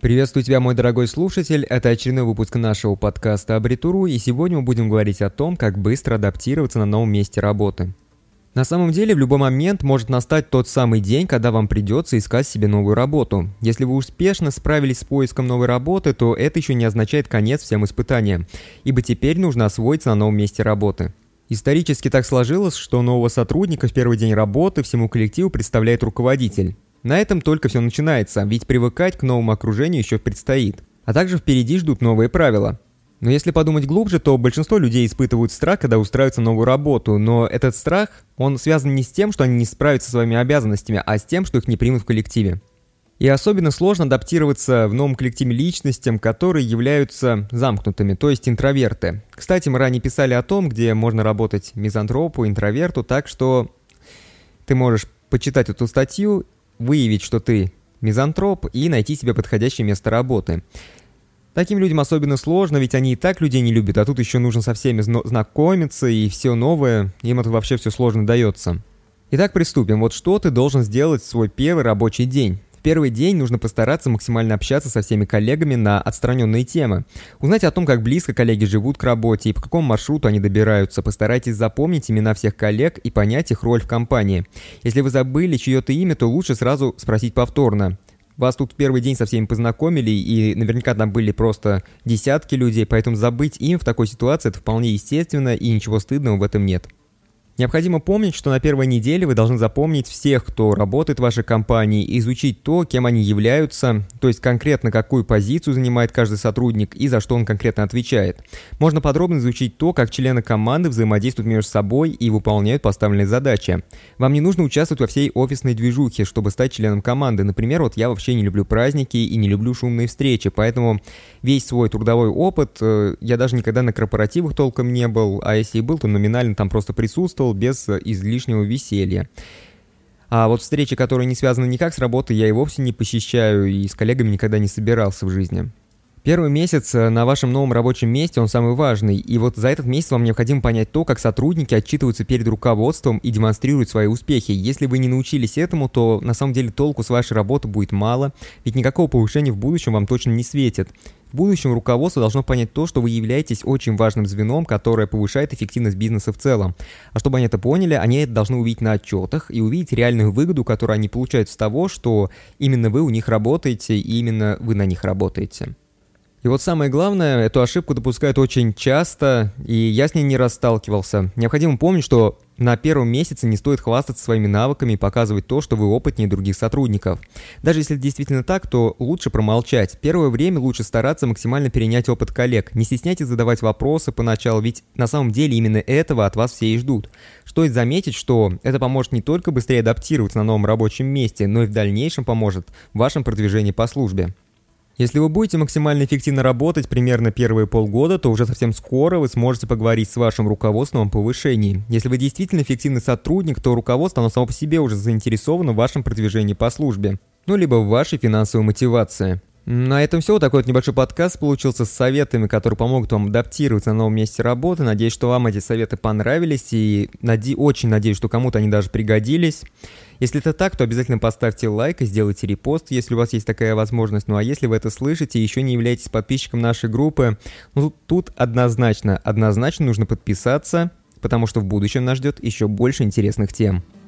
Приветствую тебя, мой дорогой слушатель. Это очередной выпуск нашего подкаста Абритуру, и сегодня мы будем говорить о том, как быстро адаптироваться на новом месте работы. На самом деле, в любой момент может настать тот самый день, когда вам придется искать себе новую работу. Если вы успешно справились с поиском новой работы, то это еще не означает конец всем испытаниям, ибо теперь нужно освоиться на новом месте работы. Исторически так сложилось, что нового сотрудника в первый день работы всему коллективу представляет руководитель. На этом только все начинается, ведь привыкать к новому окружению еще предстоит. А также впереди ждут новые правила. Но если подумать глубже, то большинство людей испытывают страх, когда устраиваются на новую работу, но этот страх, он связан не с тем, что они не справятся со своими обязанностями, а с тем, что их не примут в коллективе. И особенно сложно адаптироваться в новом коллективе личностям, которые являются замкнутыми, то есть интроверты. Кстати, мы ранее писали о том, где можно работать мизантропу, интроверту, так что ты можешь почитать эту статью, выявить, что ты мизантроп, и найти себе подходящее место работы. Таким людям особенно сложно, ведь они и так людей не любят, а тут еще нужно со всеми знакомиться, и все новое, им это вообще все сложно дается. Итак, приступим. Вот что ты должен сделать в свой первый рабочий день. В первый день нужно постараться максимально общаться со всеми коллегами на отстраненные темы. Узнать о том, как близко коллеги живут к работе и по какому маршруту они добираются. Постарайтесь запомнить имена всех коллег и понять их роль в компании. Если вы забыли чье-то имя, то лучше сразу спросить повторно. Вас тут в первый день со всеми познакомили, и наверняка там были просто десятки людей, поэтому забыть им в такой ситуации – это вполне естественно, и ничего стыдного в этом нет. Необходимо помнить, что на первой неделе вы должны запомнить всех, кто работает в вашей компании, и изучить то, кем они являются, то есть конкретно какую позицию занимает каждый сотрудник и за что он конкретно отвечает. Можно подробно изучить то, как члены команды взаимодействуют между собой и выполняют поставленные задачи. Вам не нужно участвовать во всей офисной движухе, чтобы стать членом команды. Например, вот я вообще не люблю праздники и не люблю шумные встречи, поэтому весь свой трудовой опыт, я даже никогда на корпоративах толком не был, а если и был, то номинально там просто присутствовал, без излишнего веселья. А вот встречи, которые не связаны никак с работой, я и вовсе не посещаю, и с коллегами никогда не собирался в жизни. Первый месяц на вашем новом рабочем месте, он самый важный, и вот за этот месяц вам необходимо понять то, как сотрудники отчитываются перед руководством и демонстрируют свои успехи. Если вы не научились этому, то на самом деле толку с вашей работы будет мало, ведь никакого повышения в будущем вам точно не светит. В будущем руководство должно понять то, что вы являетесь очень важным звеном, которое повышает эффективность бизнеса в целом. А чтобы они это поняли, они это должны увидеть на отчетах и увидеть реальную выгоду, которую они получают с того, что именно вы у них работаете и именно вы на них работаете. И вот самое главное, эту ошибку допускают очень часто, и я с ней не раз сталкивался. Необходимо помнить, что на первом месяце не стоит хвастаться своими навыками и показывать то, что вы опытнее других сотрудников. Даже если это действительно так, то лучше промолчать. Первое время лучше стараться максимально перенять опыт коллег. Не стесняйтесь задавать вопросы поначалу, ведь на самом деле именно этого от вас все и ждут. Стоит заметить, что это поможет не только быстрее адаптироваться на новом рабочем месте, но и в дальнейшем поможет в вашем продвижении по службе. Если вы будете максимально эффективно работать примерно первые полгода, то уже совсем скоро вы сможете поговорить с вашим руководством о повышении. Если вы действительно эффективный сотрудник, то руководство оно само по себе уже заинтересовано в вашем продвижении по службе, либо в вашей финансовой мотивации. На этом все. Такой вот небольшой подкаст получился с советами, которые помогут вам адаптироваться на новом месте работы. Надеюсь, что вам эти советы понравились, и очень надеюсь, что кому-то они даже пригодились. Если это так, то обязательно поставьте лайк и сделайте репост, если у вас есть такая возможность. Ну а если вы это слышите и еще не являетесь подписчиком нашей группы, тут однозначно нужно подписаться, потому что в будущем нас ждет еще больше интересных тем.